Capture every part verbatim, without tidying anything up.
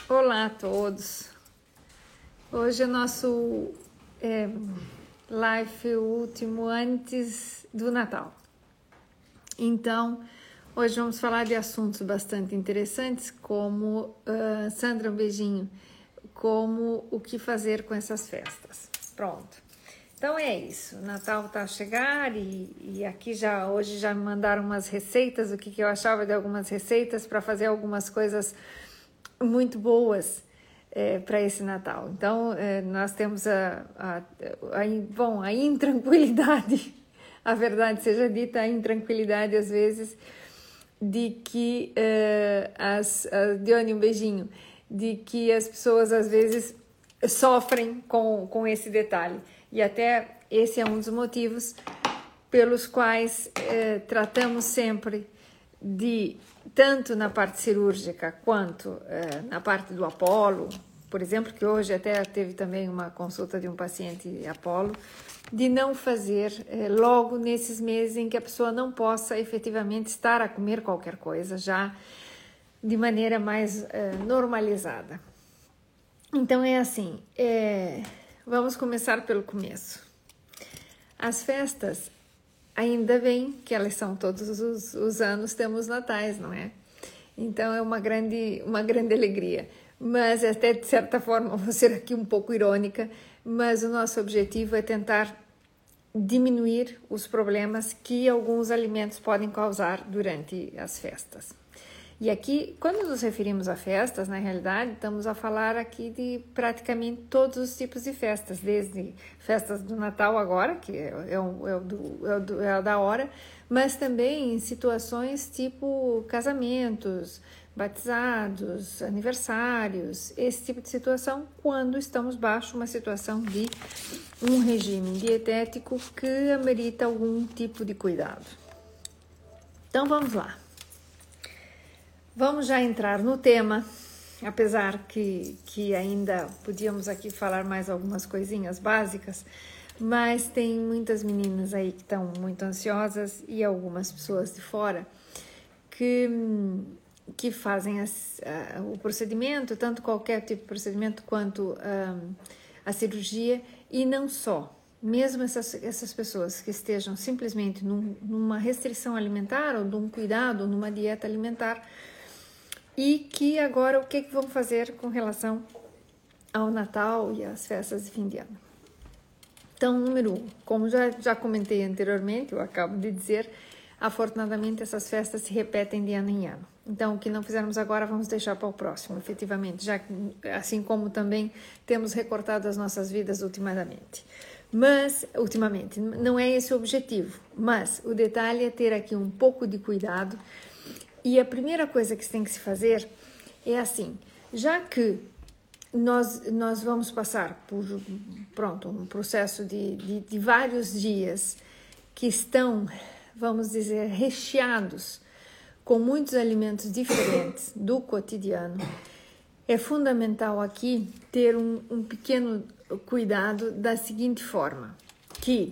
Olá a todos. Hoje é nosso é, live último antes do Natal. Então, hoje vamos falar de assuntos bastante interessantes, como, uh, Sandra, um beijinho, como o que fazer com essas festas. Pronto. Então é isso, o Natal tá a chegar e, e aqui já, hoje já me mandaram umas receitas, o que, que eu achava de algumas receitas para fazer algumas coisas muito boas é, para esse Natal. Então, é, nós temos a, a, a, bom, a intranquilidade, a verdade seja dita, a intranquilidade às vezes, de que, é, as, a, Dione, um beijinho, de que as pessoas às vezes sofrem com, com esse detalhe. E até esse é um dos motivos pelos quais é, tratamos sempre de, tanto na parte cirúrgica quanto eh, na parte do Apolo, por exemplo, que hoje até teve também uma consulta de um paciente Apolo, de não fazer eh, logo nesses meses em que a pessoa não possa efetivamente estar a comer qualquer coisa, já de maneira mais eh, normalizada. Então é assim, é, vamos começar pelo começo. As festas, ainda bem que elas são todos os, os anos, temos natais, não é? Então é uma grande, uma grande alegria. Mas até de certa forma, vou ser aqui um pouco irônica, mas o nosso objetivo é tentar diminuir os problemas que alguns alimentos podem causar durante as festas. E aqui, quando nos referimos a festas, na realidade, estamos a falar aqui de praticamente todos os tipos de festas, desde festas do Natal agora, que é, é, o, é, o do, é, o do, é a da hora, mas também em situações tipo casamentos, batizados, aniversários, esse tipo de situação, quando estamos baixo uma situação de um regime dietético que amerita algum tipo de cuidado. Então, vamos lá. Vamos já entrar no tema, apesar que, que ainda podíamos aqui falar mais algumas coisinhas básicas, mas tem muitas meninas aí que estão muito ansiosas e algumas pessoas de fora que, que fazem as, uh, o procedimento, tanto qualquer tipo de procedimento quanto uh, a cirurgia, e não só. Mesmo essas, essas pessoas que estejam simplesmente num, numa restrição alimentar ou num cuidado, ou numa dieta alimentar, e que agora o que, que vão fazer com relação ao Natal e às festas de fim de ano. Então, número um, como já, já comentei anteriormente, eu acabo de dizer, afortunadamente essas festas se repetem de ano em ano. Então, o que não fizermos agora, vamos deixar para o próximo, efetivamente, já que, assim como também temos recortado as nossas vidas ultimamente. Mas, ultimamente, não é esse o objetivo, mas o detalhe é ter aqui um pouco de cuidado. E a primeira coisa que tem que se fazer é assim, já que nós, nós vamos passar por pronto, um processo de, de, de vários dias que estão, vamos dizer, recheados com muitos alimentos diferentes do cotidiano, é fundamental aqui ter um, um pequeno cuidado da seguinte forma, que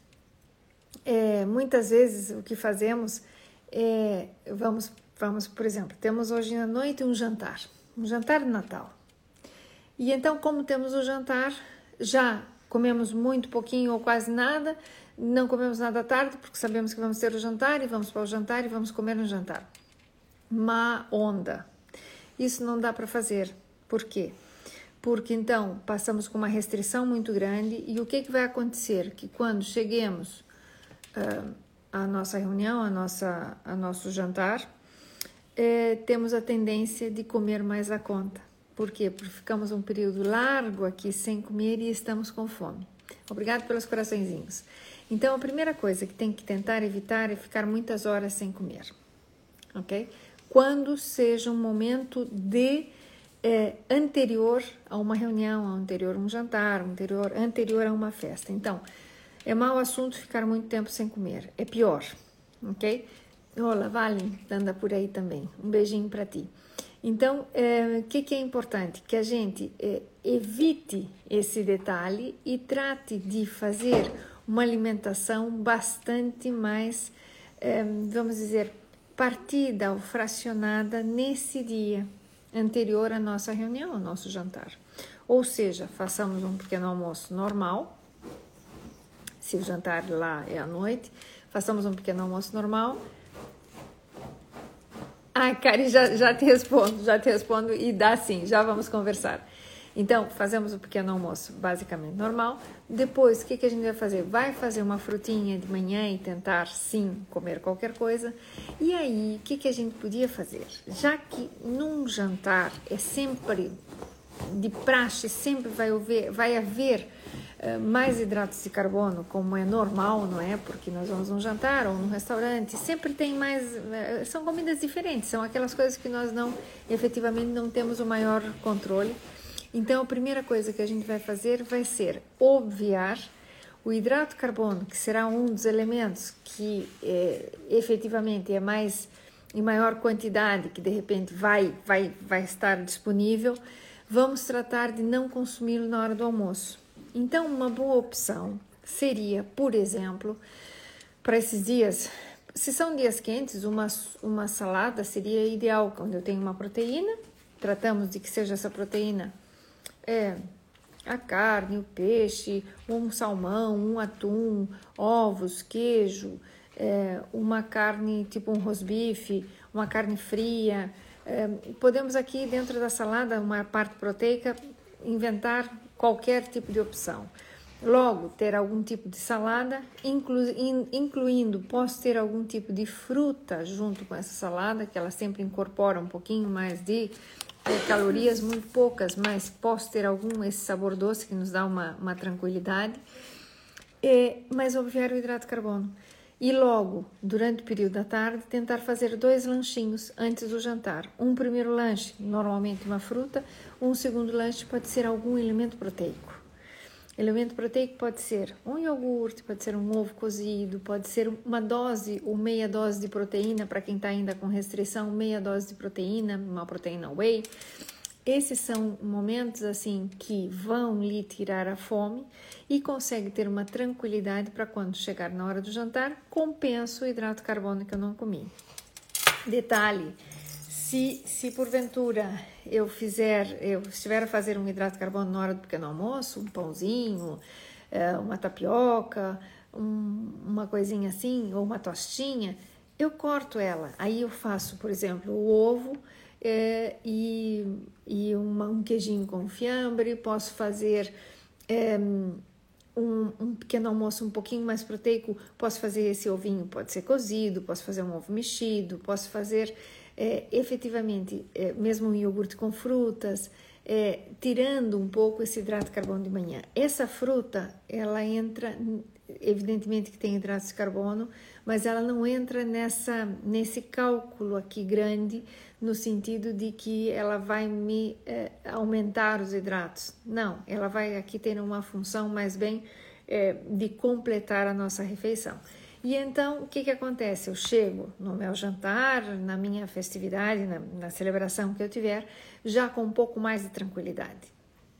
é, muitas vezes o que fazemos É, vamos, vamos, por exemplo, temos hoje à noite um jantar, um jantar de Natal. E então, como temos o jantar, já comemos muito pouquinho ou quase nada, não comemos nada à tarde, porque sabemos que vamos ter o jantar, e vamos para o jantar e vamos comer no jantar. Má onda. Isso não dá para fazer. Por quê? Porque então passamos com uma restrição muito grande, e o que, que vai acontecer? Que quando cheguemos Uh, a nossa reunião, a nossa, a nosso jantar, é, temos a tendência de comer mais à conta. Por quê? Porque ficamos um período largo aqui sem comer e estamos com fome. Obrigado pelos coraçõezinhos. Então, a primeira coisa que tem que tentar evitar é ficar muitas horas sem comer, ok? Quando seja um momento de é, anterior a uma reunião, anterior a um jantar, anterior, anterior a uma festa. Então, é mau assunto ficar muito tempo sem comer. É pior, ok? Olá, Vale, anda por aí também. Um beijinho para ti. Então, o é, que, que é importante? Que a gente é, evite esse detalhe e trate de fazer uma alimentação bastante mais, é, vamos dizer, partida ou fracionada nesse dia, anterior à nossa reunião, ao nosso jantar. Ou seja, façamos um pequeno almoço normal, se o jantar lá é à noite, façamos um pequeno almoço normal. Ah, Cari, já, já te respondo, já te respondo e dá sim, já vamos conversar. Então, fazemos o pequeno almoço basicamente normal. Depois, o que, que a gente vai fazer? Vai fazer uma frutinha de manhã e tentar, sim, comer qualquer coisa. E aí, o que, que a gente podia fazer? Já que num jantar é sempre de praxe, sempre vai haver, vai haver uh, mais hidratos de carbono, como é normal, não é? Porque nós vamos num jantar ou num restaurante, sempre tem mais... Uh, são comidas diferentes, são aquelas coisas que nós não, efetivamente, não temos o maior controle. Então, a primeira coisa que a gente vai fazer vai ser obviar o hidrato de carbono, que será um dos elementos que é, efetivamente é mais em maior quantidade, que de repente vai, vai, vai estar disponível. Vamos tratar de não consumi-lo na hora do almoço. Então, uma boa opção seria, por exemplo, para esses dias, se são dias quentes, uma, uma salada seria ideal, quando eu tenho uma proteína, tratamos de que seja essa proteína é a carne, o peixe, um salmão, um atum, ovos, queijo, é, uma carne tipo um rosbife, uma carne fria. É, podemos aqui dentro da salada, uma parte proteica, inventar qualquer tipo de opção. Logo, ter algum tipo de salada, inclu, in, incluindo, posso ter algum tipo de fruta junto com essa salada, que ela sempre incorpora um pouquinho mais de calorias, muito poucas, mas posso ter algum, esse sabor doce que nos dá uma, uma tranquilidade, é, mas obviar o hidrato de carbono. E logo, durante o período da tarde, tentar fazer dois lanchinhos antes do jantar. Um primeiro lanche, normalmente uma fruta, um segundo lanche pode ser algum elemento proteico. Elemento proteico pode ser um iogurte, pode ser um ovo cozido, pode ser uma dose ou meia dose de proteína, para quem está ainda com restrição, meia dose de proteína, uma proteína whey. Esses são momentos assim que vão lhe tirar a fome e consegue ter uma tranquilidade para quando chegar na hora do jantar, compensa o hidrato de carbono que eu não comi. Detalhe, se, se porventura eu fizer, eu estiver a fazer um hidrato de carbono na hora do pequeno almoço, um pãozinho, uma tapioca, um, uma coisinha assim, ou uma tostinha, eu corto ela. Aí eu faço, por exemplo, o ovo é, e, e uma, um queijinho com fiambre, posso fazer é, um, um pequeno almoço um pouquinho mais proteico, posso fazer esse ovinho, pode ser cozido, posso fazer um ovo mexido, posso fazer é, efetivamente é, mesmo um iogurte com frutas, é, tirando um pouco esse hidrato de carbono de manhã. Essa fruta, ela entra, evidentemente que tem hidratos de carbono, mas ela não entra nessa, nesse cálculo aqui grande, no sentido de que ela vai me é, aumentar os hidratos. Não, ela vai aqui ter uma função mais bem é, de completar a nossa refeição. E então, o que que acontece? Eu chego no meu jantar, na minha festividade, na, na celebração que eu tiver, já com um pouco mais de tranquilidade.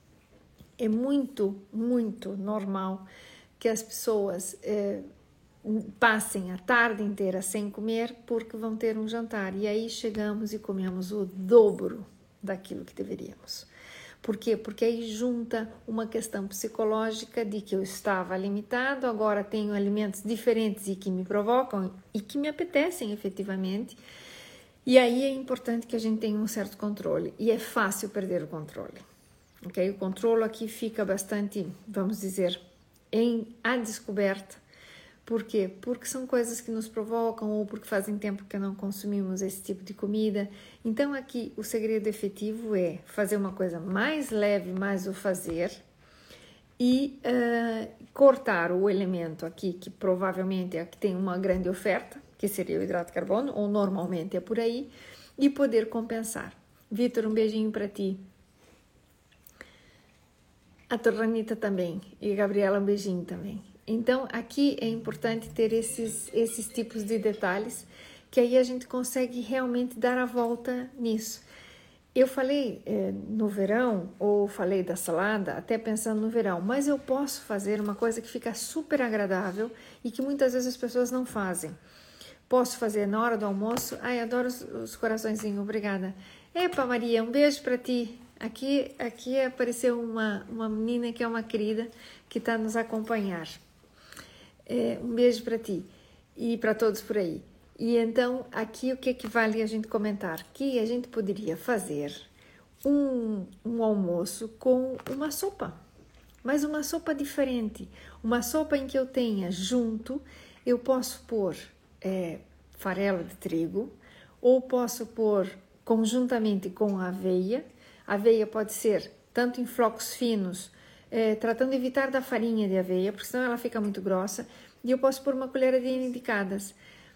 É muito, muito normal que as pessoas é, passem a tarde inteira sem comer porque vão ter um jantar. E aí chegamos e comemos o dobro daquilo que deveríamos. Por quê? Porque aí junta uma questão psicológica de que eu estava limitado, agora tenho alimentos diferentes e que me provocam e que me apetecem efetivamente. E aí é importante que a gente tenha um certo controle. E é fácil perder o controle. Okay? O controle aqui fica bastante, vamos dizer, em a descoberta. Por quê? Porque são coisas que nos provocam ou porque fazem tempo que não consumimos esse tipo de comida. Então aqui o segredo efetivo é fazer uma coisa mais leve, mais o fazer e uh, cortar o elemento aqui que provavelmente é que tem uma grande oferta, que seria o hidrato de carbono, ou normalmente é por aí, e poder compensar. Vitor, um beijinho para ti. A Torranita também. E a Gabriela, um beijinho também. Então, aqui é importante ter esses, esses tipos de detalhes, que aí a gente consegue realmente dar a volta nisso. Eu falei eh, no verão, ou falei da salada, até pensando no verão, mas eu posso fazer uma coisa que fica super agradável e que muitas vezes as pessoas não fazem. Posso fazer na hora do almoço, ai, adoro os, os coraçõezinhos, obrigada. Epa, Maria, um beijo para ti. Aqui, aqui apareceu uma, uma menina que é uma querida que está nos acompanhar. É, um beijo para ti e para todos por aí. E então, aqui o que é que vale a gente comentar? Que a gente poderia fazer um, um almoço com uma sopa, mas uma sopa diferente. Uma sopa em que eu tenha junto, eu posso pôr é, farelo de trigo, ou posso pôr conjuntamente com a aveia. A aveia pode ser tanto em flocos finos, é, tratando de evitar da farinha de aveia, porque senão ela fica muito grossa, e eu posso pôr uma colheradinha de cadas.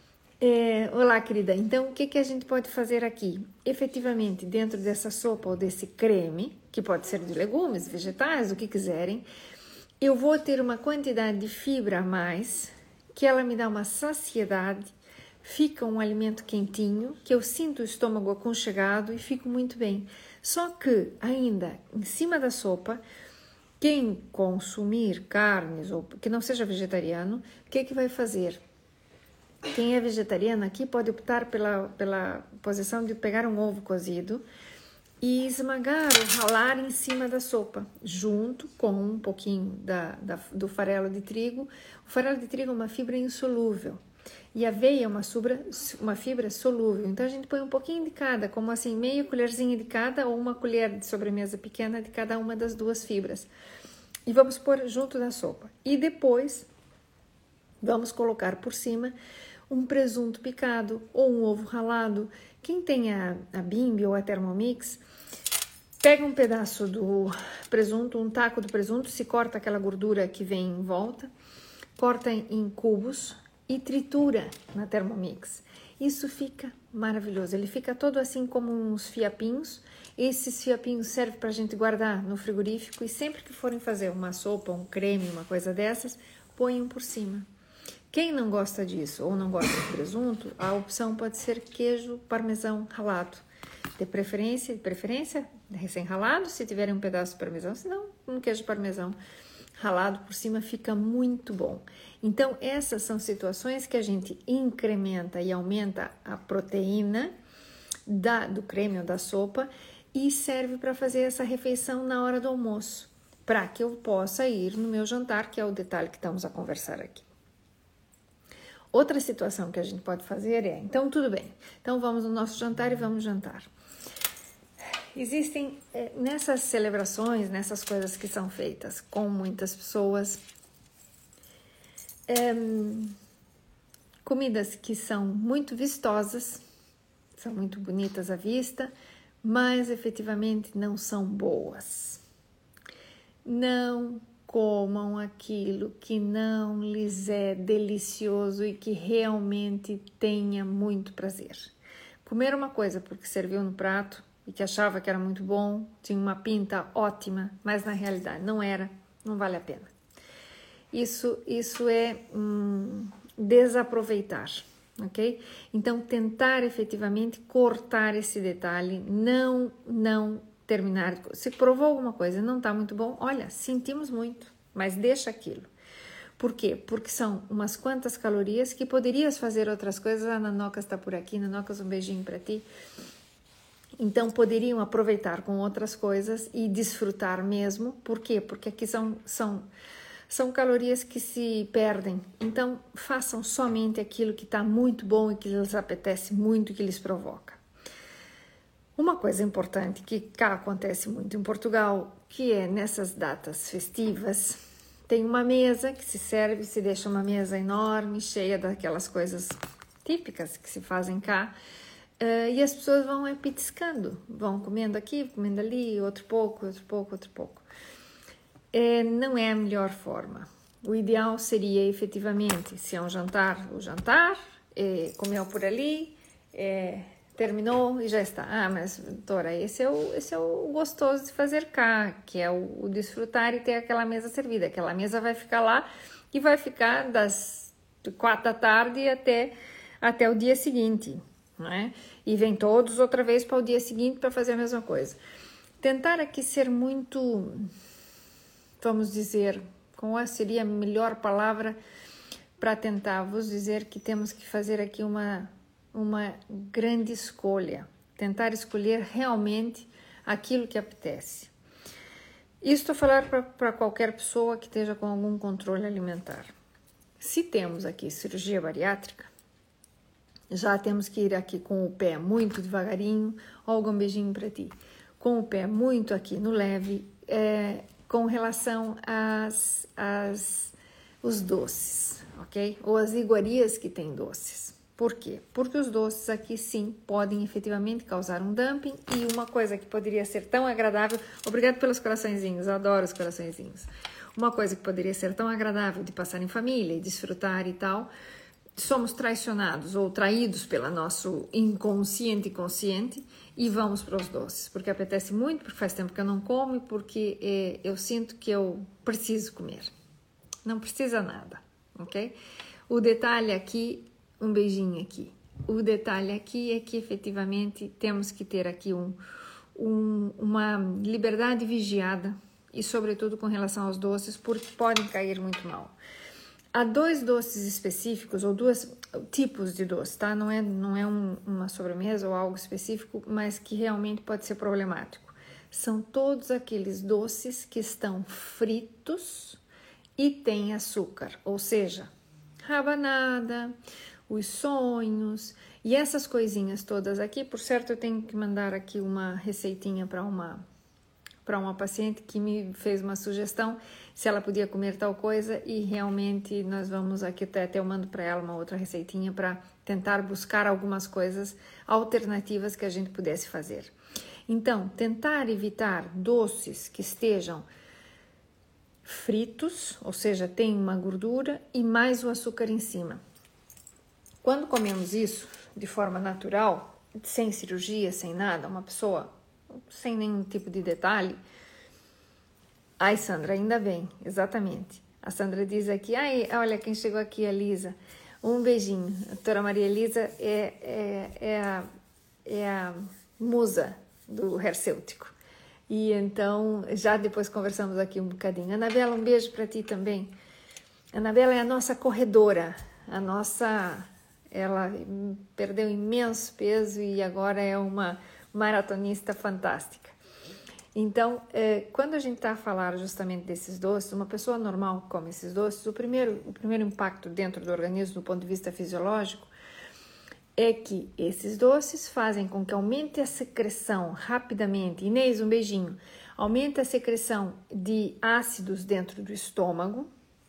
É, olá, querida. Então, o que, que a gente pode fazer aqui? Efetivamente, dentro dessa sopa ou desse creme, que pode ser de legumes, vegetais, o que quiserem, eu vou ter uma quantidade de fibra a mais, que ela me dá uma saciedade, fica um alimento quentinho, que eu sinto o estômago aconchegado e fico muito bem. Só que, ainda, em cima da sopa, quem consumir carnes ou que não seja vegetariano, o que, que vai fazer? Quem é vegetariano aqui pode optar pela, pela posição de pegar um ovo cozido e esmagar ou ralar em cima da sopa, junto com um pouquinho da, da, do farelo de trigo. O farelo de trigo é uma fibra insolúvel e a aveia é uma, subra, uma fibra solúvel. Então, a gente põe um pouquinho de cada, como assim, meia colherzinha de cada ou uma colher de sobremesa pequena de cada uma das duas fibras. E vamos pôr junto da sopa. E depois, vamos colocar por cima um presunto picado ou um ovo ralado. Quem tem a, a Bimby ou a Thermomix, pega um pedaço do presunto, um taco do presunto, se corta aquela gordura que vem em volta, corta em cubos e tritura na Thermomix. Isso fica maravilhoso. Ele fica todo assim como uns fiapinhos. Esses fiapinhos servem para a gente guardar no frigorífico e sempre que forem fazer uma sopa, um creme, uma coisa dessas, ponham por cima. Quem não gosta disso ou não gosta de presunto, a opção pode ser queijo parmesão ralado. De preferência, de preferência, recém-ralado, se tiverem um pedaço de parmesão, senão um queijo parmesão ralado por cima fica muito bom. Então, essas são situações que a gente incrementa e aumenta a proteína da, do creme ou da sopa e serve para fazer essa refeição na hora do almoço, para que eu possa ir no meu jantar, que é o detalhe que estamos a conversar aqui. Outra situação que a gente pode fazer é, então tudo bem, então vamos no nosso jantar e vamos jantar. Existem é, nessas celebrações, nessas coisas que são feitas com muitas pessoas, é, comidas que são muito vistosas, são muito bonitas à vista, mas efetivamente não são boas. Não comam aquilo que não lhes é delicioso e que realmente tenha muito prazer. Comer uma coisa porque serviu no prato e que achava que era muito bom, tinha uma pinta ótima, mas na realidade não era, não vale a pena. Isso, isso é hum, desaproveitar, ok? Então, tentar efetivamente cortar esse detalhe, não, não terminar. Se provou alguma coisa e não está muito bom, olha, sentimos muito, mas deixa aquilo. Por quê? Porque são umas quantas calorias que poderias fazer outras coisas. A Nanocas está por aqui. Nanocas, um beijinho para ti. Então, poderiam aproveitar com outras coisas e desfrutar mesmo. Por quê? Porque aqui são, são, são calorias que se perdem. Então, façam somente aquilo que está muito bom e que lhes apetece muito e que lhes provoca. Uma coisa importante que cá acontece muito em Portugal, que é nessas datas festivas, tem uma mesa que se serve, se deixa uma mesa enorme, cheia daquelas coisas típicas que se fazem cá, uh, e as pessoas vão é, petiscando, vão comendo aqui, comendo ali, outro pouco, outro pouco, outro pouco. É, não é a melhor forma. O ideal seria efetivamente, se é um jantar, o jantar, é, comeu por ali, é, terminou e já está. Ah, mas doutora, esse é o, esse é o gostoso de fazer cá, que é o, o desfrutar e ter aquela mesa servida. Aquela mesa vai ficar lá e vai ficar das quatro da tarde até, até o dia seguinte, né? E vem todos outra vez para o dia seguinte para fazer a mesma coisa. Tentar aqui ser muito, vamos dizer, qual seria a melhor palavra para tentar vos dizer que temos que fazer aqui uma uma grande escolha, tentar escolher realmente aquilo que apetece. Isso estou falando para qualquer pessoa que esteja com algum controle alimentar. Se temos aqui cirurgia bariátrica, já temos que ir aqui com o pé muito devagarinho. Olga, um beijinho para ti. Com o pé muito aqui no leve, é, com relação às, às, os doces, ok? Ou as iguarias que têm doces. Por quê? Porque os doces aqui sim podem efetivamente causar um dumping, e uma coisa que poderia ser tão agradável, obrigado pelos coraçõezinhos, eu adoro os coraçõezinhos, uma coisa que poderia ser tão agradável de passar em família e desfrutar e tal, somos traicionados ou traídos pelo nosso inconsciente e consciente e vamos para os doces, porque apetece muito, porque faz tempo que eu não como e porque eh, eu sinto que eu preciso comer. Não precisa nada, ok? O detalhe aqui, um beijinho aqui, o detalhe aqui é que efetivamente temos que ter aqui um, um, uma liberdade vigiada e sobretudo com relação aos doces, porque podem cair muito mal. Há dois doces específicos, ou dois tipos de doce, tá? Não é, não é um, uma sobremesa ou algo específico, mas que realmente pode ser problemático. São todos aqueles doces que estão fritos e têm açúcar, ou seja, rabanada, os sonhos e essas coisinhas todas aqui. Por certo, eu tenho que mandar aqui uma receitinha para uma, para uma paciente que me fez uma sugestão se ela podia comer tal coisa, e realmente nós vamos aqui, até, até eu mando para ela uma outra receitinha para tentar buscar algumas coisas alternativas que a gente pudesse fazer. Então, tentar evitar doces que estejam fritos, ou seja, tem uma gordura e mais o açúcar em cima. Quando comemos isso de forma natural, sem cirurgia, sem nada, uma pessoa sem nenhum tipo de detalhe. Ai, Sandra, ainda bem, exatamente. A Sandra diz aqui, ai, olha quem chegou aqui, a Lisa. Um beijinho. A doutora Maria Elisa é, é, é, a, é a musa do Hercêutico. E então, já depois conversamos aqui um bocadinho. Anabela, um beijo para ti também. Anabela é a nossa corredora, a nossa... Ela perdeu imenso peso e agora é uma maratonista fantástica. Então, eh, quando a gente está a falar justamente desses doces, uma pessoa normal que come esses doces, o primeiro, o primeiro impacto dentro do organismo, do ponto de vista fisiológico, é que esses doces fazem com que aumente a secreção rapidamente. Inês, um beijinho. Aumenta a secreção de ácidos dentro do estômago.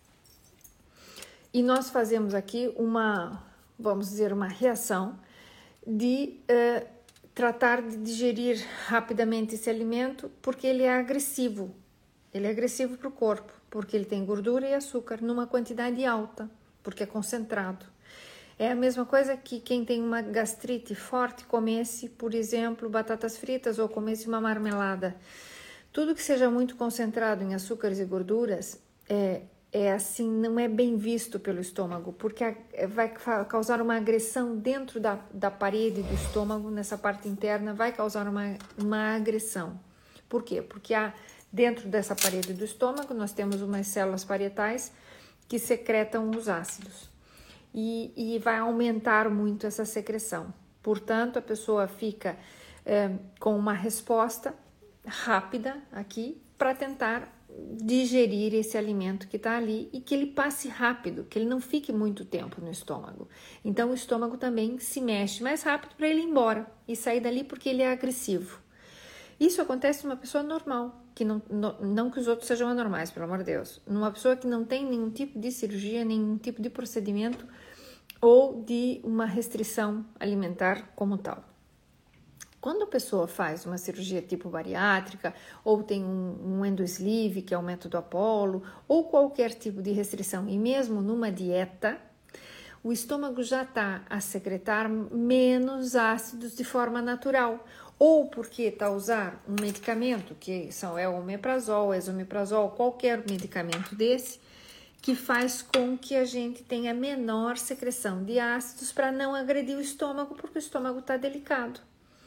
E nós fazemos aqui uma, vamos dizer, uma reação de... Eh, tratar de digerir rapidamente esse alimento, porque ele é agressivo. Ele é agressivo para o corpo, porque ele tem gordura e açúcar numa quantidade alta, porque é concentrado. É a mesma coisa que quem tem uma gastrite forte comesse, por exemplo, batatas fritas ou comesse uma marmelada. Tudo que seja muito concentrado em açúcares e gorduras é, é assim, não é bem visto pelo estômago, porque vai causar uma agressão dentro da, da parede do estômago, nessa parte interna, vai causar uma, uma agressão. Por quê? Porque há, dentro dessa parede do estômago, nós temos umas células parietais que secretam os ácidos e, e vai aumentar muito essa secreção. Portanto, a pessoa fica é, com uma resposta rápida aqui para tentar digerir esse alimento que está ali e que ele passe rápido, que ele não fique muito tempo no estômago. Então o estômago também se mexe mais rápido para ele ir embora e sair dali, porque ele é agressivo. Isso acontece numa pessoa normal, que não, não, não que os outros sejam anormais, pelo amor de Deus. Numa pessoa que não tem nenhum tipo de cirurgia, nenhum tipo de procedimento ou de uma restrição alimentar como tal. Quando a pessoa faz uma cirurgia tipo bariátrica, ou tem um, um endosleeve, que é o método Apollo, ou qualquer tipo de restrição, e mesmo numa dieta, o estômago já está a secretar menos ácidos de forma natural, ou porque está a usar um medicamento, que são, é o omeprazol, esomeprazol, qualquer medicamento desse, que faz com que a gente tenha menor secreção de ácidos para não agredir o estômago, porque o estômago está delicado.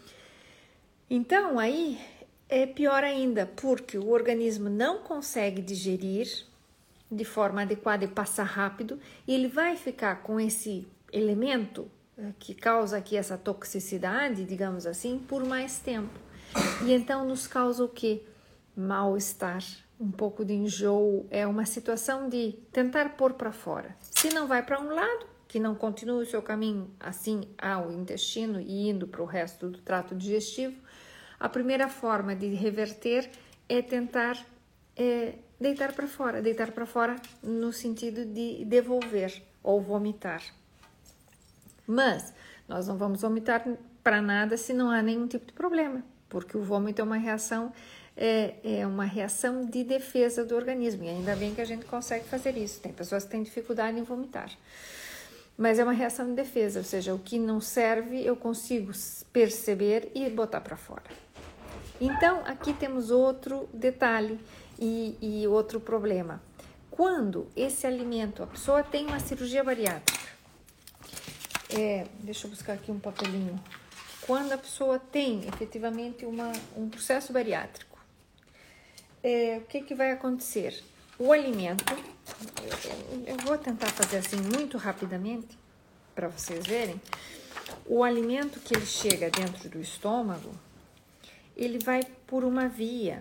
Então, aí é pior ainda, porque o organismo não consegue digerir de forma adequada e passar rápido, e ele vai ficar com esse elemento que causa aqui essa toxicidade, digamos assim, por mais tempo. E então nos causa o quê? Mal-estar, um pouco de enjoo, é uma situação de tentar pôr para fora. Se não vai para um lado, que não continue o seu caminho assim ao intestino e indo para o resto do trato digestivo, a primeira forma de reverter é tentar é, deitar para fora, deitar para fora no sentido de devolver ou vomitar. Mas nós não vamos vomitar para nada se não há nenhum tipo de problema, porque o vômito é uma reação é, é uma reação de defesa do organismo, e ainda bem que a gente consegue fazer isso. Tem pessoas que têm dificuldade em vomitar, mas é uma reação de defesa, ou seja, o que não serve eu consigo perceber e botar para fora. Então, aqui temos outro detalhe e, e outro problema. Quando esse alimento, a pessoa tem uma cirurgia bariátrica, é, deixa eu buscar aqui um papelinho. Quando a pessoa tem efetivamente uma, um processo bariátrico, é, o que, que vai acontecer? O alimento, eu, eu vou tentar fazer assim muito rapidamente, para vocês verem. O alimento que ele chega dentro do estômago, ele vai por uma via.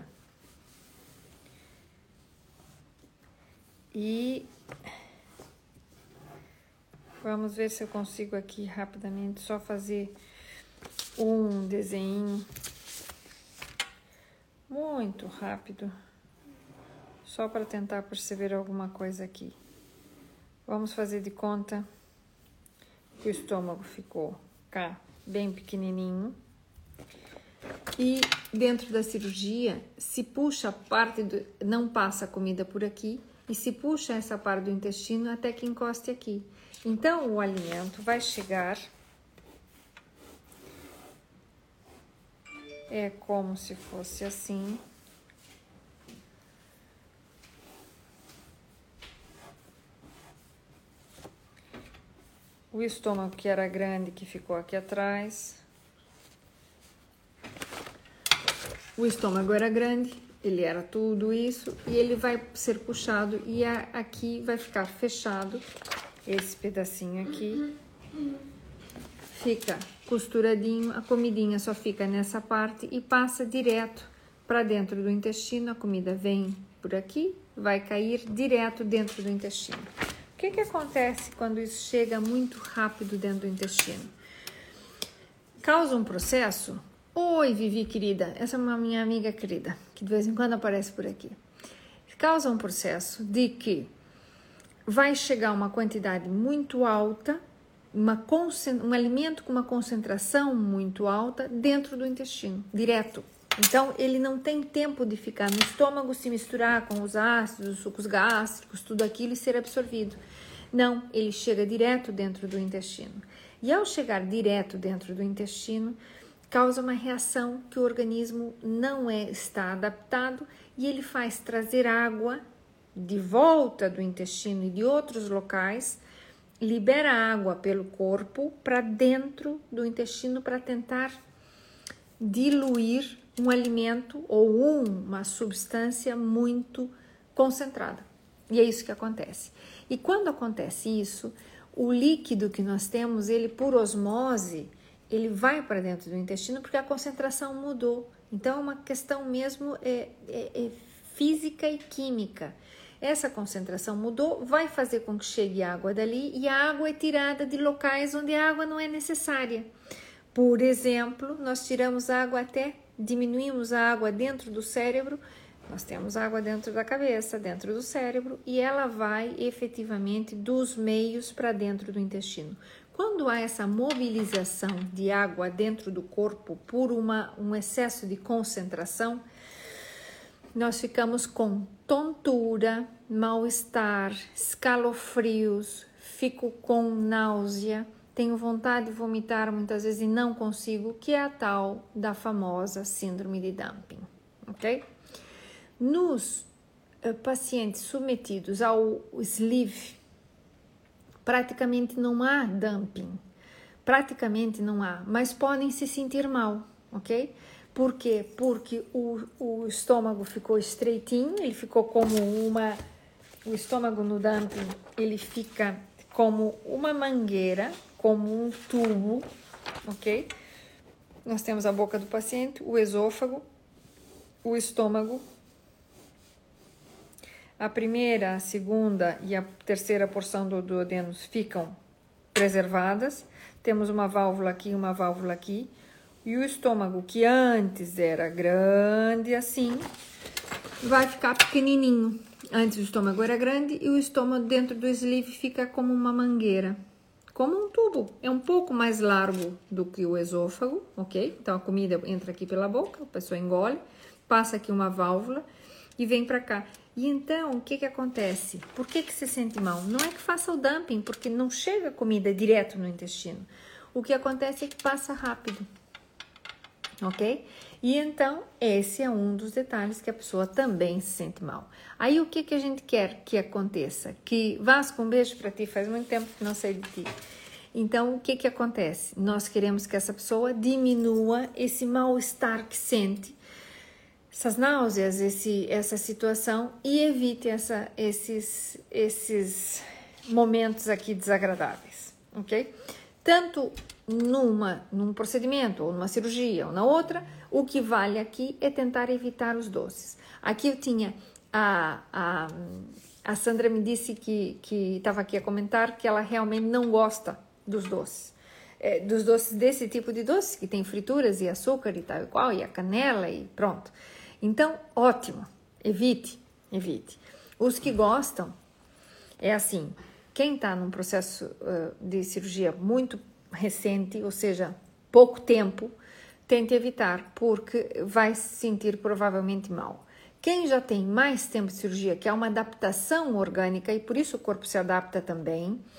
E vamos ver se eu consigo aqui rapidamente só fazer um desenho muito rápido, só para tentar perceber alguma coisa aqui. Vamos fazer de conta que o estômago ficou cá bem pequenininho. E dentro da cirurgia, se puxa a parte do... não passa a comida por aqui, e se puxa essa parte do intestino até que encoste aqui. Então, o alimento vai chegar... É como se fosse assim. O estômago que era grande, que ficou aqui atrás... O estômago era grande, ele era tudo isso, e ele vai ser puxado, e a, aqui vai ficar fechado, esse pedacinho aqui, fica costuradinho, a comidinha só fica nessa parte e passa direto para dentro do intestino, a comida vem por aqui, vai cair direto dentro do intestino. O que que acontece quando isso chega muito rápido dentro do intestino? Causa um processo... Oi, Vivi, querida. Essa é uma minha amiga querida, que de vez em quando aparece por aqui. Causa um processo de que vai chegar uma quantidade muito alta, uma um alimento com uma concentração muito alta dentro do intestino, direto. Então, ele não tem tempo de ficar no estômago, se misturar com os ácidos, os sucos gástricos, tudo aquilo e ser absorvido. Não, ele chega direto dentro do intestino. E ao chegar direto dentro do intestino, causa uma reação que o organismo não é, está adaptado, e ele faz trazer água de volta do intestino e de outros locais, libera água pelo corpo para dentro do intestino para tentar diluir um alimento ou uma substância muito concentrada. E é isso que acontece. E quando acontece isso, o líquido que nós temos, ele por osmose, ele vai para dentro do intestino porque a concentração mudou. Então, é uma questão mesmo é, é, é física e química. Essa concentração mudou, vai fazer com que chegue água dali, e a água é tirada de locais onde a água não é necessária. Por exemplo, nós tiramos água até, diminuímos a água dentro do cérebro, nós temos água dentro da cabeça, dentro do cérebro, e ela vai efetivamente dos meios para dentro do intestino. Quando há essa mobilização de água dentro do corpo por uma, um excesso de concentração, nós ficamos com tontura, mal-estar, escalofrios, fico com náusea, tenho vontade de vomitar muitas vezes e não consigo, que é a tal da famosa síndrome de dumping, ok? Nos uh, pacientes submetidos ao sleeve, praticamente não há dumping, praticamente não há, mas podem se sentir mal, ok? Por quê? Porque o, o estômago ficou estreitinho, ele ficou como uma... O estômago no dumping, ele fica como uma mangueira, como um tubo, ok? Nós temos a boca do paciente, o esôfago, o estômago. A primeira, a segunda e a terceira porção do duodeno ficam preservadas. Temos uma válvula aqui, uma válvula aqui. E o estômago, que antes era grande assim, vai ficar pequenininho. Antes o estômago era grande e o estômago dentro do sleeve fica como uma mangueira, como um tubo. É um pouco mais largo do que o esôfago, ok? Então a comida entra aqui pela boca, a pessoa engole, passa aqui uma válvula e vem para cá. E então, o que que acontece? Por que que se sente mal? Não é que faça o dumping, porque não chega comida direto no intestino. O que acontece é que passa rápido, ok? E então, esse é um dos detalhes que a pessoa também se sente mal. Aí, o que que a gente quer que aconteça? Que, Vasco, um beijo para ti, faz muito tempo que não sei de ti. Então, o que que acontece? Nós queremos que essa pessoa diminua esse mal-estar que sente, essas náuseas, esse, essa situação, e evite essa, esses, esses momentos aqui desagradáveis, ok? Tanto numa, num procedimento, ou numa cirurgia, ou na outra, o que vale aqui é tentar evitar os doces. Aqui eu tinha, a, a, a Sandra me disse que estava aqui a comentar que ela realmente não gosta dos doces. É, dos doces, desse tipo de doces, que tem frituras e açúcar e tal e qual, e a canela e pronto. Então, ótimo, evite, evite. Os que gostam, é assim, quem está num processo uh, de cirurgia muito recente, ou seja, pouco tempo, tente evitar, porque vai se sentir provavelmente mal. Quem já tem mais tempo de cirurgia, que é uma adaptação orgânica, e por isso o corpo se adapta também, uh,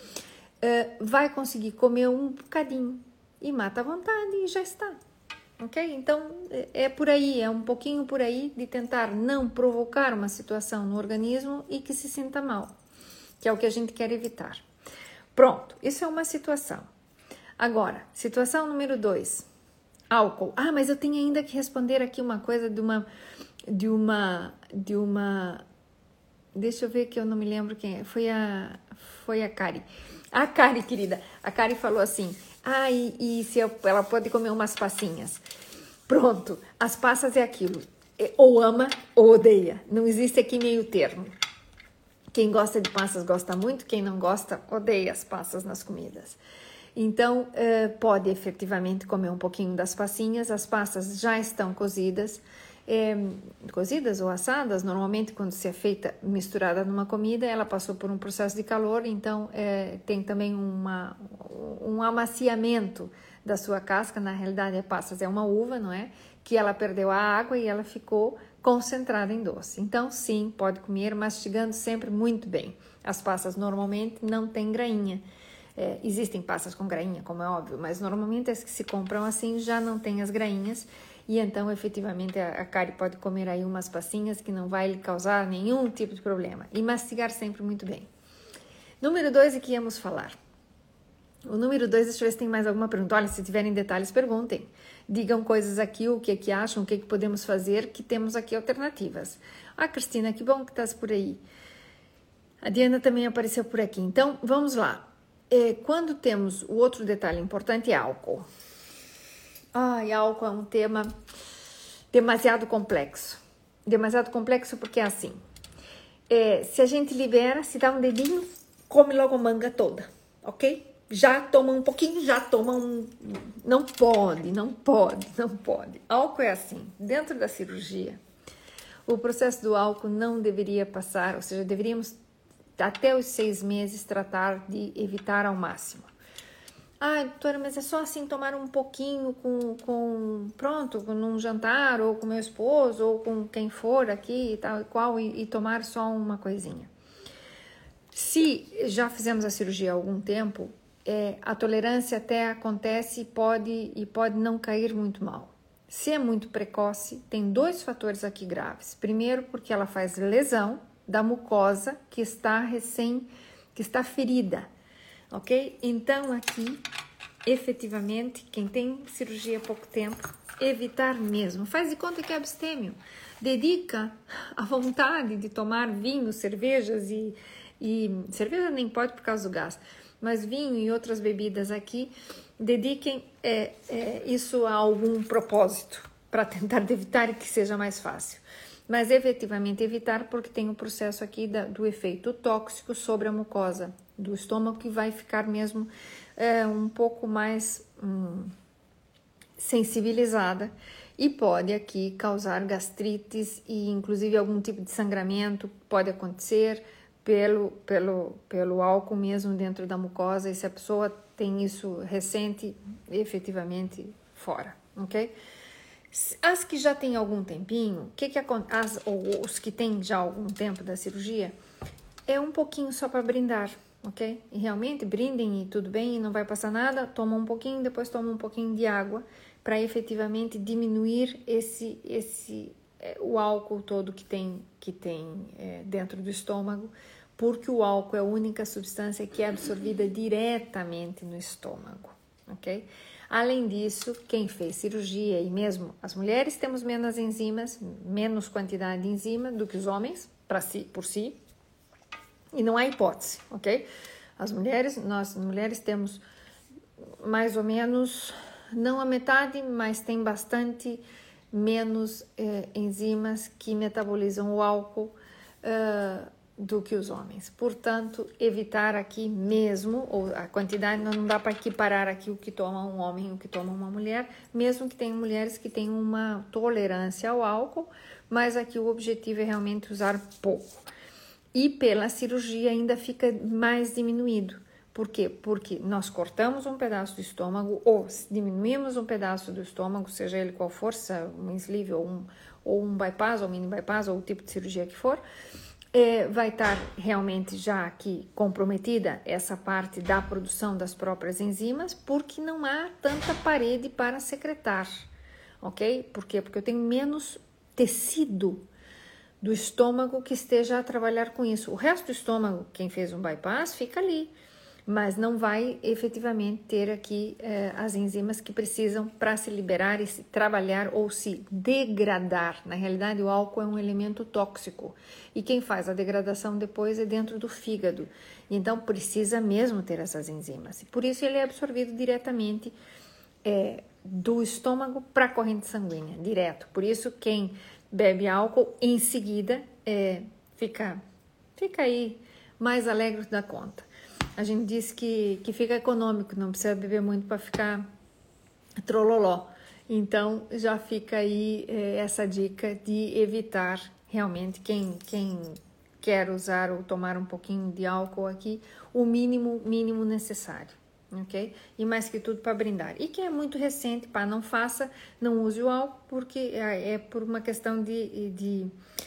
vai conseguir comer um bocadinho, e mata a vontade e já está. Ok? Então, é por aí, é um pouquinho por aí de tentar não provocar uma situação no organismo e que se sinta mal, que é o que a gente quer evitar. Pronto, isso é uma situação. Agora, situação número dois, álcool. Ah, mas eu tenho ainda que responder aqui uma coisa de uma, de uma, de uma, deixa eu ver que eu não me lembro quem é, foi a, foi a Kari. A Kari, querida, a Kari falou assim, ah, e, e se eu, ela pode comer umas passinhas. Pronto, as passas é aquilo, ou ama ou odeia, não existe aqui meio termo. Quem gosta de passas gosta muito, quem não gosta odeia as passas nas comidas. Então, uh, pode efetivamente comer um pouquinho das passinhas, as passas já estão cozidas, é, cozidas ou assadas, normalmente quando se é feita misturada numa comida, ela passou por um processo de calor, então é, tem também uma, um amaciamento da sua casca, na realidade a passas é uma uva, não é? Que ela perdeu a água e ela ficou concentrada em doce. Então sim, pode comer mastigando sempre muito bem. As passas normalmente não têm grainha. É, existem passas com grainha, como é óbvio, mas normalmente as que se compram assim já não tem as grainhas. E então, efetivamente, a, a Kari pode comer aí umas passinhas que não vai lhe causar nenhum tipo de problema. E mastigar sempre muito bem. Número dois, é que íamos falar. O número dois, deixa eu ver se tem mais alguma pergunta. Olha, se tiverem detalhes, perguntem. Digam coisas aqui, o que é que acham, o que é que podemos fazer, que temos aqui alternativas. Ah, Cristina, que bom que estás por aí. A Diana também apareceu por aqui. Então, vamos lá. É, quando temos o outro detalhe importante é álcool. Ai, álcool é um tema demasiado complexo. Demasiado complexo porque é assim. É, se a gente libera, se dá um dedinho, come logo a manga toda, ok? Já toma um pouquinho, já toma um... Não pode, não pode, não pode. Álcool é assim. Dentro da cirurgia, o processo do álcool não deveria passar, ou seja, deveríamos até os seis meses tratar de evitar ao máximo. Ah, doutora, mas é só assim tomar um pouquinho com, com pronto, num jantar, ou com meu esposo, ou com quem for aqui e tal e qual, e, e tomar só uma coisinha. Se já fizemos a cirurgia há algum tempo, é, a tolerância até acontece e pode, e pode não cair muito mal. Se é muito precoce, tem dois fatores aqui graves. Primeiro, porque ela faz lesão da mucosa que está recém, que está ferida. Ok? Então, aqui, efetivamente, quem tem cirurgia há pouco tempo, evitar mesmo. Faz de conta que é abstêmio. Dedica a vontade de tomar vinho, cervejas e... e cerveja nem pode por causa do gás. mas vinho e outras bebidas aqui, dediquem é, é, isso a algum propósito, para tentar evitar que seja mais fácil. Mas efetivamente evitar, porque tem o processo aqui da, do efeito tóxico sobre a mucosa do estômago, que vai ficar mesmo é, um pouco mais hum, sensibilizada e pode aqui causar gastrites e inclusive algum tipo de sangramento pode acontecer pelo, pelo, pelo álcool mesmo dentro da mucosa, e se a pessoa tem isso recente, efetivamente fora, ok? As que já têm algum tempinho, que que as, ou os que têm já algum tempo da cirurgia, é um pouquinho só para brindar, ok? E realmente brindem e tudo bem, e não vai passar nada, toma um pouquinho, depois toma um pouquinho de água, para efetivamente diminuir esse, esse, é, o álcool todo que tem, que tem é, dentro do estômago, porque o álcool é a única substância que é absorvida diretamente no estômago, ok? Além disso, quem fez cirurgia, e mesmo as mulheres, temos menos enzimas, menos quantidade de enzima do que os homens, para si, por si, e não há hipótese, ok? As mulheres, nós mulheres temos mais ou menos, não a metade, mas tem bastante menos eh, enzimas que metabolizam o álcool uh, do que os homens. Portanto, evitar aqui mesmo, ou a quantidade, não dá para equiparar aqui o que toma um homem e o que toma uma mulher, mesmo que tenham mulheres que tenham uma tolerância ao álcool, mas aqui o objetivo é realmente usar pouco. E pela cirurgia ainda fica mais diminuído. Por quê? Porque nós cortamos um pedaço do estômago ou diminuímos um pedaço do estômago, seja ele qual for, se é um sleeve ou um, ou um bypass ou mini bypass ou o tipo de cirurgia que for, é, vai estar realmente já aqui comprometida essa parte da produção das próprias enzimas, porque não há tanta parede para secretar, ok? Por quê? Porque eu tenho menos tecido do estômago que esteja a trabalhar com isso. O resto do estômago, quem fez um bypass, fica ali, mas não vai efetivamente ter aqui eh, as enzimas que precisam para se liberar e se trabalhar ou se degradar. Na realidade, o álcool é um elemento tóxico e quem faz a degradação depois é dentro do fígado. Então, precisa mesmo ter essas enzimas. E por isso, ele é absorvido diretamente eh, do estômago para a corrente sanguínea, direto. Por isso, quem bebe álcool em seguida eh, fica, fica aí mais alegre da conta. A gente diz que, que fica econômico, não precisa beber muito para ficar trololó. Então, já fica aí eh, essa dica de evitar realmente, quem, quem quer usar ou tomar um pouquinho de álcool aqui, o mínimo, mínimo necessário, ok? E mais que tudo para brindar. E quem é muito recente, pá, não faça, não use o álcool, porque é, é por uma questão de, de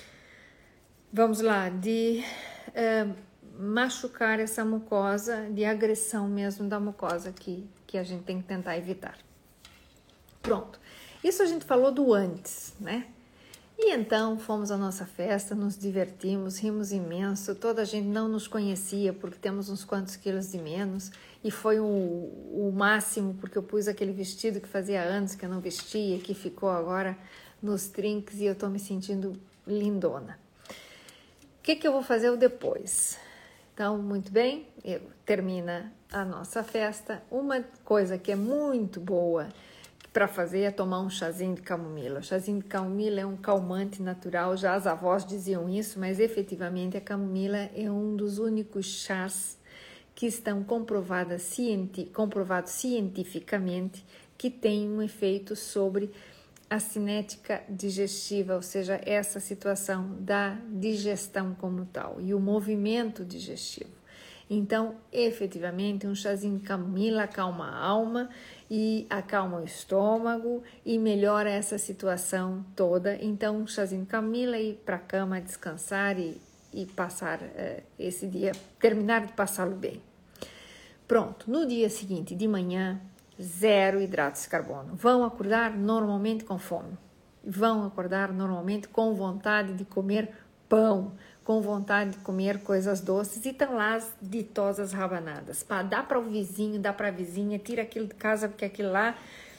vamos lá, de... Uh, machucar essa mucosa, de agressão mesmo da mucosa que, que a gente tem que tentar evitar. Pronto, isso a gente falou do antes, né? E então fomos à nossa festa, nos divertimos, rimos imenso, toda a gente não nos conhecia porque temos uns quantos quilos de menos e foi o, o máximo porque eu pus aquele vestido que fazia anos que eu não vestia, que ficou agora nos trinques e eu tô me sentindo lindona. O que que eu vou fazer depois? Então, muito bem, eu, termina a nossa festa. Uma coisa que é muito boa para fazer é tomar um chazinho de camomila. O chazinho de camomila é um calmante natural, já as avós diziam isso, mas efetivamente a camomila é um dos únicos chás que estão comprovadas, cienti, comprovados cientificamente que tem um efeito sobre a cinética digestiva, ou seja, essa situação da digestão como tal, e o movimento digestivo. Então, efetivamente, um chazinho de camomila acalma a alma e acalma o estômago e melhora essa situação toda. Então, um chazinho de camomila e ir para a cama descansar e, e passar uh, esse dia, terminar de passá-lo bem. Pronto, no dia seguinte, de manhã, zero hidratos de carbono. Vão acordar normalmente com fome. Vão acordar normalmente com vontade de comer pão, com vontade de comer coisas doces e estão lá as ditosas rabanadas. Pá, dá para o vizinho, dá para a vizinha, tira aquilo de casa porque aquilo lá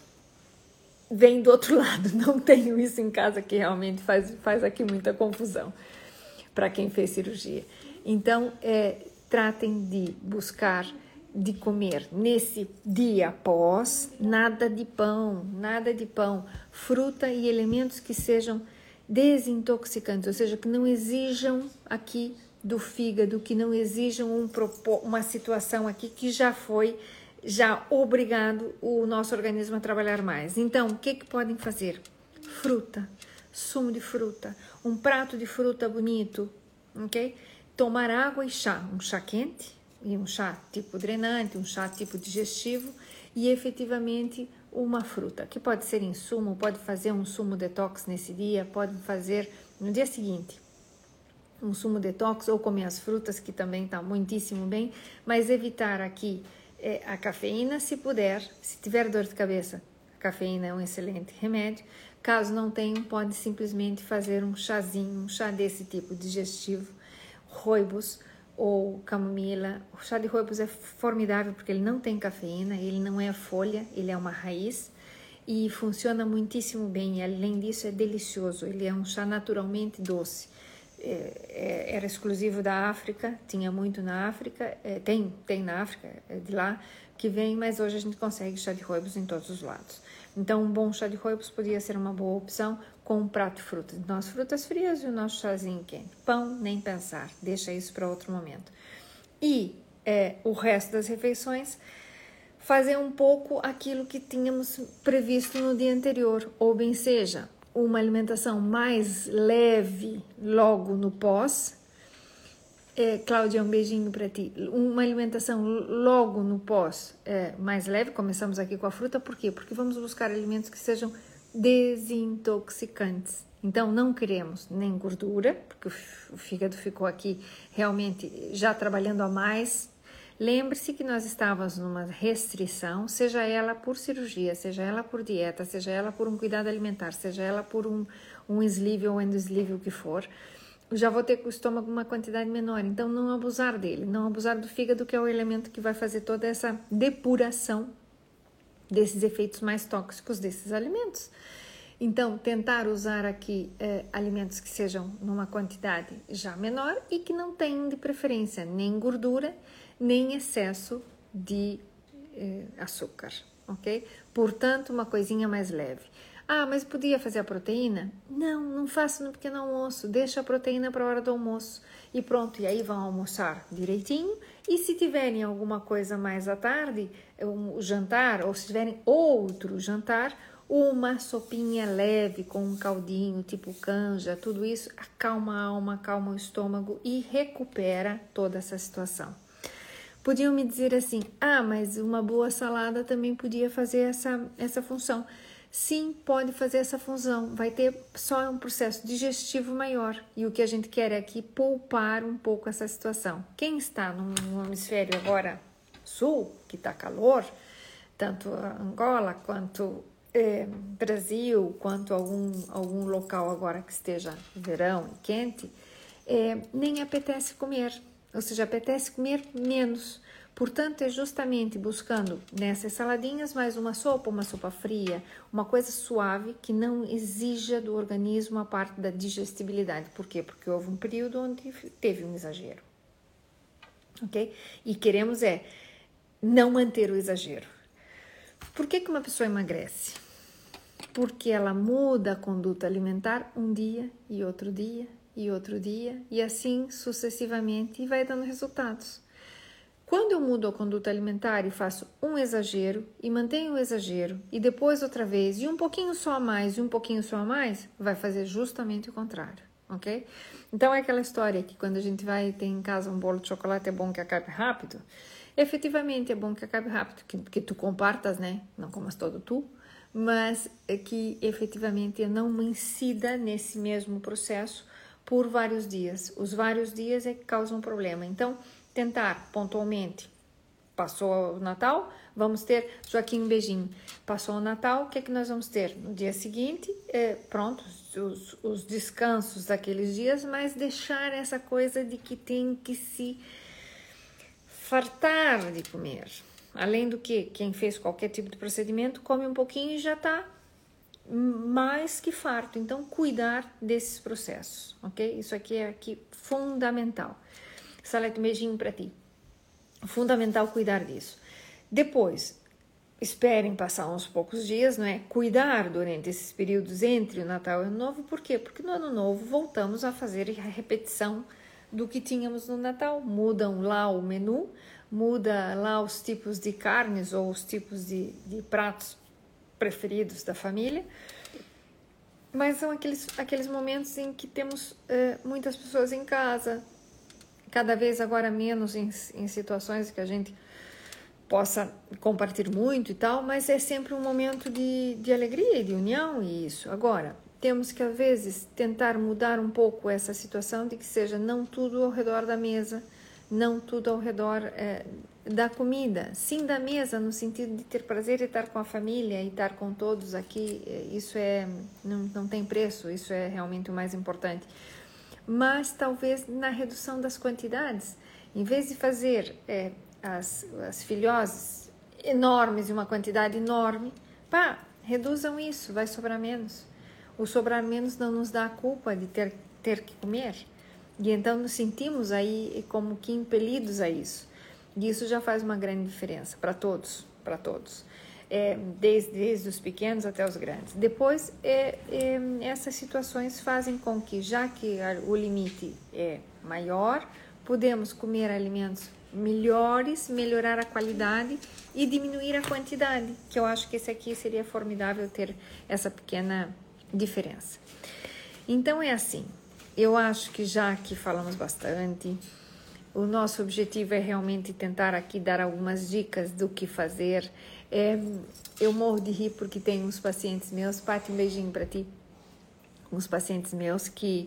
vem do outro lado. Não tenho isso em casa que realmente faz, faz aqui muita confusão para quem fez cirurgia. Então, é, tratem de buscar de comer nesse dia após, nada de pão, nada de pão, fruta e elementos que sejam desintoxicantes, ou seja, que não exijam aqui do fígado, que não exijam um, uma situação aqui que já foi, já obrigado o nosso organismo a trabalhar mais. Então, o que que podem fazer? Fruta, sumo de fruta, um prato de fruta bonito, ok? Tomar água e chá, um chá quente e um chá tipo drenante, um chá tipo digestivo e efetivamente uma fruta, que pode ser em sumo, pode fazer um sumo detox nesse dia, pode fazer no dia seguinte um sumo detox ou comer as frutas, que também está muitíssimo bem, mas evitar aqui é, a cafeína se puder. Se tiver dor de cabeça, a cafeína é um excelente remédio. Caso não tenha, pode simplesmente fazer um chazinho, um chá desse tipo digestivo, rooibos ou camomila. O chá de rooibos é formidável porque ele não tem cafeína, ele não é folha, ele é uma raiz e funciona muitíssimo bem. E além disso é delicioso, ele é um chá naturalmente doce. É, é, era exclusivo da África, tinha muito na África, é, tem, tem na África, é de lá que vem, mas hoje a gente consegue chá de rooibos em todos os lados. Então um bom chá de rooibos podia ser uma boa opção com um prato de frutas, nossas frutas frias e o nosso chazinho quente. Pão, nem pensar, deixa isso para outro momento. E é, o resto das refeições, fazer um pouco aquilo que tínhamos previsto no dia anterior, ou bem seja, uma alimentação mais leve logo no pós. É, Cláudia, um beijinho para ti. Uma alimentação logo no pós é, mais leve. Começamos aqui com a fruta, por quê? Porque vamos buscar alimentos que sejam desintoxicantes. Então, não queremos nem gordura, porque o fígado ficou aqui realmente já trabalhando a mais. Lembre-se que nós estávamos numa restrição, seja ela por cirurgia, seja ela por dieta, seja ela por um cuidado alimentar, seja ela por um, um sleeve ou endosleeve, o que for, já vou ter com o estômago uma quantidade menor. Então, não abusar dele, não abusar do fígado, que é o elemento que vai fazer toda essa depuração desses efeitos mais tóxicos desses alimentos. Então, tentar usar aqui eh, alimentos que sejam numa quantidade já menor e que não tenham de preferência nem gordura, nem excesso de eh, açúcar, ok? Portanto, uma coisinha mais leve. Ah, mas podia fazer a proteína? Não, não faço no pequeno almoço, deixa a proteína para a hora do almoço e pronto, e aí vão almoçar direitinho. E se tiverem alguma coisa mais à tarde, um jantar, ou se tiverem outro jantar, uma sopinha leve com um caldinho tipo canja, tudo isso acalma a alma, acalma o estômago e recupera toda essa situação. Podiam me dizer assim, ah, mas uma boa salada também podia fazer essa, essa função. Sim, pode fazer essa função, vai ter só um processo digestivo maior. E o que a gente quer é aqui poupar um pouco essa situação. Quem está no, no hemisfério agora sul, que está calor, tanto Angola quanto eh, Brasil, quanto algum, algum local agora que esteja verão e quente, eh, nem apetece comer. Ou seja, apetece comer menos. Portanto, é justamente buscando nessas saladinhas mais uma sopa, uma sopa fria, uma coisa suave que não exija do organismo a parte da digestibilidade. Por quê? Porque houve um período onde teve um exagero. Ok? E queremos é não manter o exagero. Por que que uma pessoa emagrece? Porque ela muda a conduta alimentar um dia e outro dia e outro dia, e assim sucessivamente, e vai dando resultados. Quando eu mudo a conduta alimentar e faço um exagero, e mantenho o exagero, e depois outra vez, e um pouquinho só a mais, e um pouquinho só a mais, vai fazer justamente o contrário, ok? Então é aquela história que quando a gente vai ter em casa um bolo de chocolate, é bom que acabe rápido. Efetivamente é bom que acabe rápido, que, que tu compartas, né? Não comas todo tu, mas é que efetivamente eu não me incida nesse mesmo processo por vários dias. Os vários dias é que causam um problema. Então, tentar pontualmente. Passou o Natal, vamos ter... Joaquim, um beijinho. Passou o Natal, o que é que nós vamos ter? No dia seguinte, é, pronto, os, os descansos daqueles dias, mas deixar essa coisa de que tem que se fartar de comer. Além do que, quem fez qualquer tipo de procedimento, come um pouquinho e já está mais que farto. Então, cuidar desses processos, ok? Isso aqui é aqui fundamental. Salete, um beijinho para ti. fundamental cuidar disso. Depois, esperem passar uns poucos dias, não é? Cuidar durante esses períodos entre o Natal e o Ano Novo, por quê? Porque no Ano Novo voltamos a fazer a repetição do que tínhamos no Natal. Mudam lá o menu, muda lá os tipos de carnes ou os tipos de, de pratos preferidos da família, mas são aqueles, aqueles momentos em que temos uh, muitas pessoas em casa, cada vez agora menos em, em situações que a gente possa compartilhar muito e tal, mas é sempre um momento de, de alegria e de união e isso. Agora, temos que às vezes tentar mudar um pouco essa situação de que seja não tudo ao redor da mesa, não tudo ao redor é, da comida, sim da mesa, no sentido de ter prazer em estar com a família e estar com todos aqui, isso é, não, não tem preço, isso é realmente o mais importante. Mas talvez na redução das quantidades, em vez de fazer é, as, as filhoses enormes e uma quantidade enorme, pá, reduzam isso, vai sobrar menos. O sobrar menos não nos dá a culpa de ter, ter que comer. E então nos sentimos aí como que impelidos a isso. E isso já faz uma grande diferença para todos, para todos. É, desde, desde os pequenos até os grandes. Depois, é, é, essas situações fazem com que, já que o limite é maior, podemos comer alimentos melhores, melhorar a qualidade e diminuir a quantidade, que eu acho que esse aqui seria formidável ter essa pequena diferença. Então é assim, eu acho que já que falamos bastante, o nosso objetivo é realmente tentar aqui dar algumas dicas do que fazer. É, eu morro de rir porque tem uns pacientes meus, Paty, um beijinho para ti, uns pacientes meus que,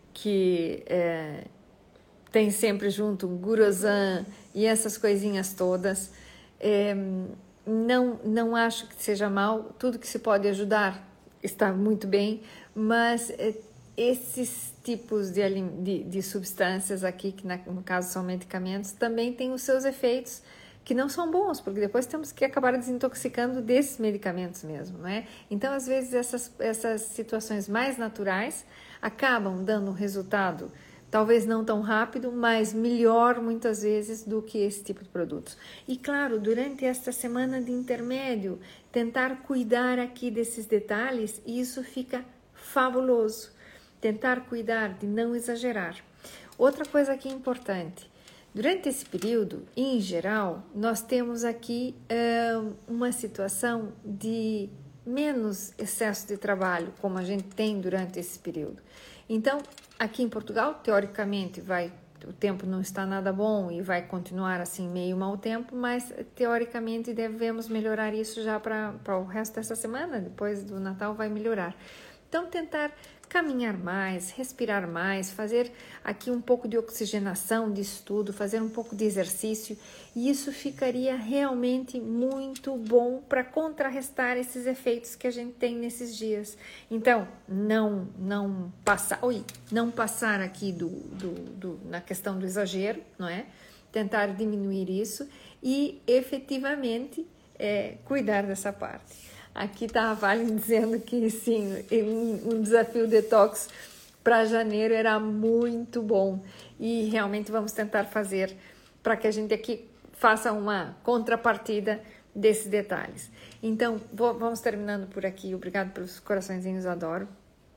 que é, tem sempre junto um gurozan e essas coisinhas todas. É, não, não acho que seja mal, tudo que se pode ajudar está muito bem, mas é, esses tipos de, de, de substâncias aqui, que na, no caso são medicamentos, também têm os seus efeitos que não são bons, porque depois temos que acabar desintoxicando desses medicamentos mesmo, não é? Então, às vezes, essas, essas situações mais naturais acabam dando um resultado, talvez não tão rápido, mas melhor muitas vezes do que esse tipo de produtos. E claro, durante esta semana de intermédio, tentar cuidar aqui desses detalhes, e isso fica fabuloso. Tentar cuidar de não exagerar. Outra coisa que é importante, durante esse período, em geral, nós temos aqui uh, uma situação de menos excesso de trabalho, como a gente tem durante esse período. Então, aqui em Portugal, teoricamente, vai, o tempo não está nada bom e vai continuar assim meio mau tempo, mas teoricamente devemos melhorar isso já para o resto dessa semana, depois do Natal vai melhorar. Então, tentar caminhar mais, respirar mais, fazer aqui um pouco de oxigenação de estudo, fazer um pouco de exercício, e isso ficaria realmente muito bom para contrarrestar esses efeitos que a gente tem nesses dias. Então, não não passar, oi, não passar aqui do, do, do, na questão do exagero, não é? Tentar diminuir isso e efetivamente é, cuidar dessa parte. Aqui está a Vale dizendo que sim, um desafio detox para janeiro era muito bom e realmente vamos tentar fazer para que a gente aqui faça uma contrapartida desses detalhes. Então, vou, vamos terminando por aqui. Obrigado pelos coraçõezinhos, adoro.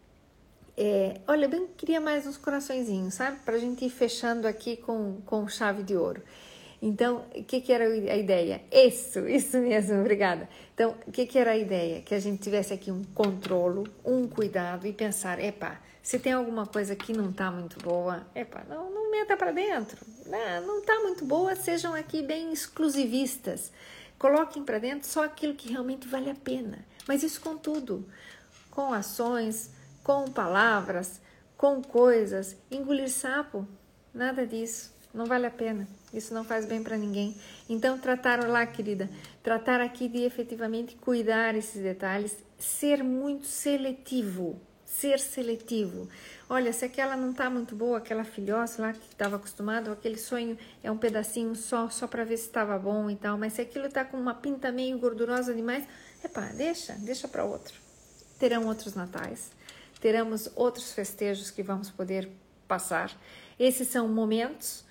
É, olha, bem queria mais uns coraçõezinhos, sabe? Para a gente ir fechando aqui com, com chave de ouro. Então, o que, que era a ideia? Isso, isso mesmo, obrigada. Então, o que, que era a ideia? Que a gente tivesse aqui um controlo, um cuidado e pensar, epá, se tem alguma coisa que não está muito boa, epá, não, não meta para dentro. Não está muito boa, sejam aqui bem exclusivistas. Coloquem para dentro só aquilo que realmente vale a pena. Mas isso com tudo, com ações, com palavras, com coisas. Engolir sapo, nada disso. Não vale a pena, isso não faz bem para ninguém. Então, tratar lá, querida, tratar aqui de efetivamente cuidar esses detalhes, ser muito seletivo, ser seletivo. Olha, se aquela não está muito boa, aquela filhoça lá que estava acostumado, aquele sonho é um pedacinho só, só para ver se estava bom e tal, mas se aquilo está com uma pinta meio gordurosa demais, epá, deixa, deixa para outro. Terão outros natais, teremos outros festejos que vamos poder passar. Esses são momentos.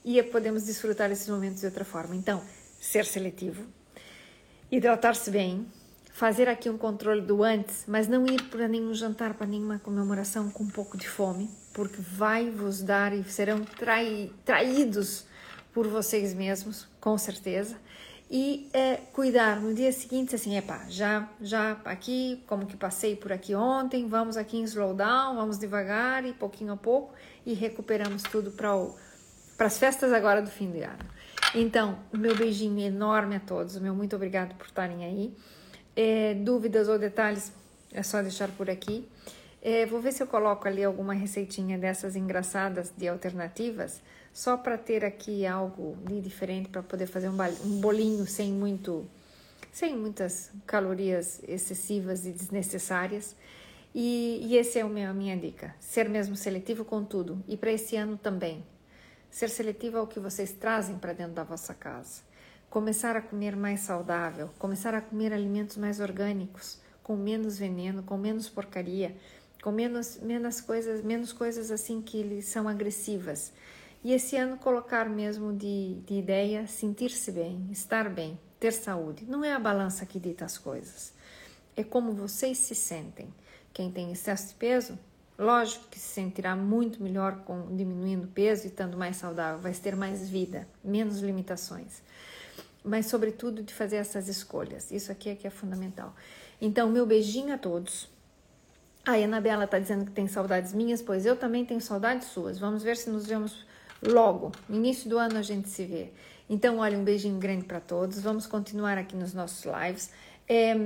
e podemos desfrutar esses momentos de outra forma. Então, ser seletivo, hidratar-se bem, fazer aqui um controle do antes, mas não ir para nenhum jantar, para nenhuma comemoração com um pouco de fome, porque vai vos dar e serão trai, traídos por vocês mesmos, com certeza. E é, cuidar no dia seguinte, assim, epá, já, já aqui, como que passei por aqui ontem, vamos aqui em slowdown, vamos devagar e pouquinho a pouco, e recuperamos tudo para as festas agora do fim de ano. Então, o meu beijinho enorme a todos, o meu muito obrigado por estarem aí. É, dúvidas ou detalhes, é só deixar por aqui. É, vou ver se eu coloco ali alguma receitinha dessas engraçadas de alternativas, só para ter aqui algo de diferente, para poder fazer um, um bolinho sem muito, sem muitas calorias excessivas e desnecessárias. E, e esse é o meu, a minha dica, ser mesmo seletivo com tudo. E para esse ano também, ser seletivo ao que vocês trazem para dentro da vossa casa. Começar a comer mais saudável, começar a comer alimentos mais orgânicos, com menos veneno, com menos porcaria, com menos, menos, coisas, menos coisas assim que são agressivas. E esse ano colocar mesmo de, de ideia, sentir-se bem, estar bem, ter saúde. Não é a balança que dita as coisas, é como vocês se sentem. Quem tem excesso de peso, lógico que se sentirá muito melhor com diminuindo o peso e estando mais saudável, vai ter mais vida, menos limitações. Mas sobretudo de fazer essas escolhas, isso aqui é que é fundamental. Então, meu beijinho a todos. A Anabela está dizendo que tem saudades minhas, pois eu também tenho saudades suas. Vamos ver se nos vemos logo, no início do ano a gente se vê. Então, olha, um beijinho grande para todos. Vamos continuar aqui nos nossos lives. É,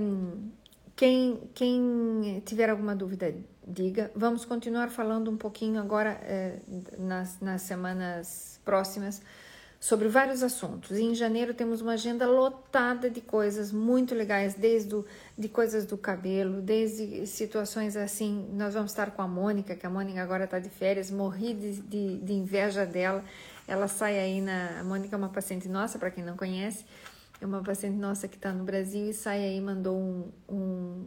quem, quem tiver alguma dúvida, diga. Vamos continuar falando um pouquinho agora, é, nas, nas semanas próximas, sobre vários assuntos. E em janeiro temos uma agenda lotada de coisas muito legais, desde o, de coisas do cabelo, desde situações assim. Nós vamos estar com a Mônica, que a Mônica agora está de férias, morri de, de, de inveja dela. Ela sai aí na... A Mônica é uma paciente nossa, para quem não conhece, é uma paciente nossa que está no Brasil e sai aí, mandou um, um,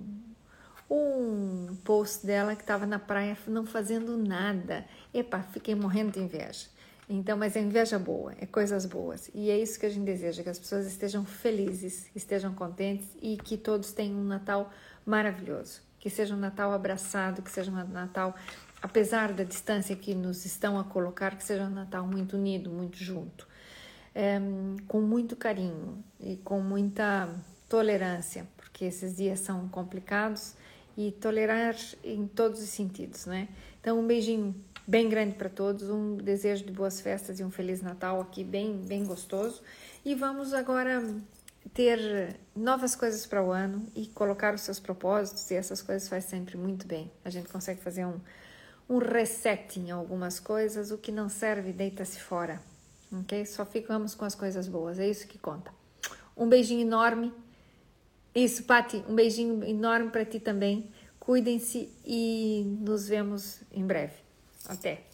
um post dela que estava na praia não fazendo nada. Epa, fiquei morrendo de inveja. Então, mas é inveja boa, é coisas boas. E é isso que a gente deseja, que as pessoas estejam felizes, estejam contentes e que todos tenham um Natal maravilhoso. Que seja um Natal abraçado, que seja um Natal, apesar da distância que nos estão a colocar, que seja um Natal muito unido, muito junto. É, com muito carinho e com muita tolerância, porque esses dias são complicados, e tolerar em todos os sentidos, né? Então, um beijinho bem grande para todos, um desejo de boas festas e um Feliz Natal aqui bem, bem gostoso. E vamos agora ter novas coisas para o ano e colocar os seus propósitos, e essas coisas faz sempre muito bem. A gente consegue fazer um, um reset em algumas coisas, o que não serve deita-se fora, ok? Só ficamos com as coisas boas, é isso que conta. Um beijinho enorme. Isso, Pati, um beijinho enorme para ti também. Cuidem-se e nos vemos em breve. Até!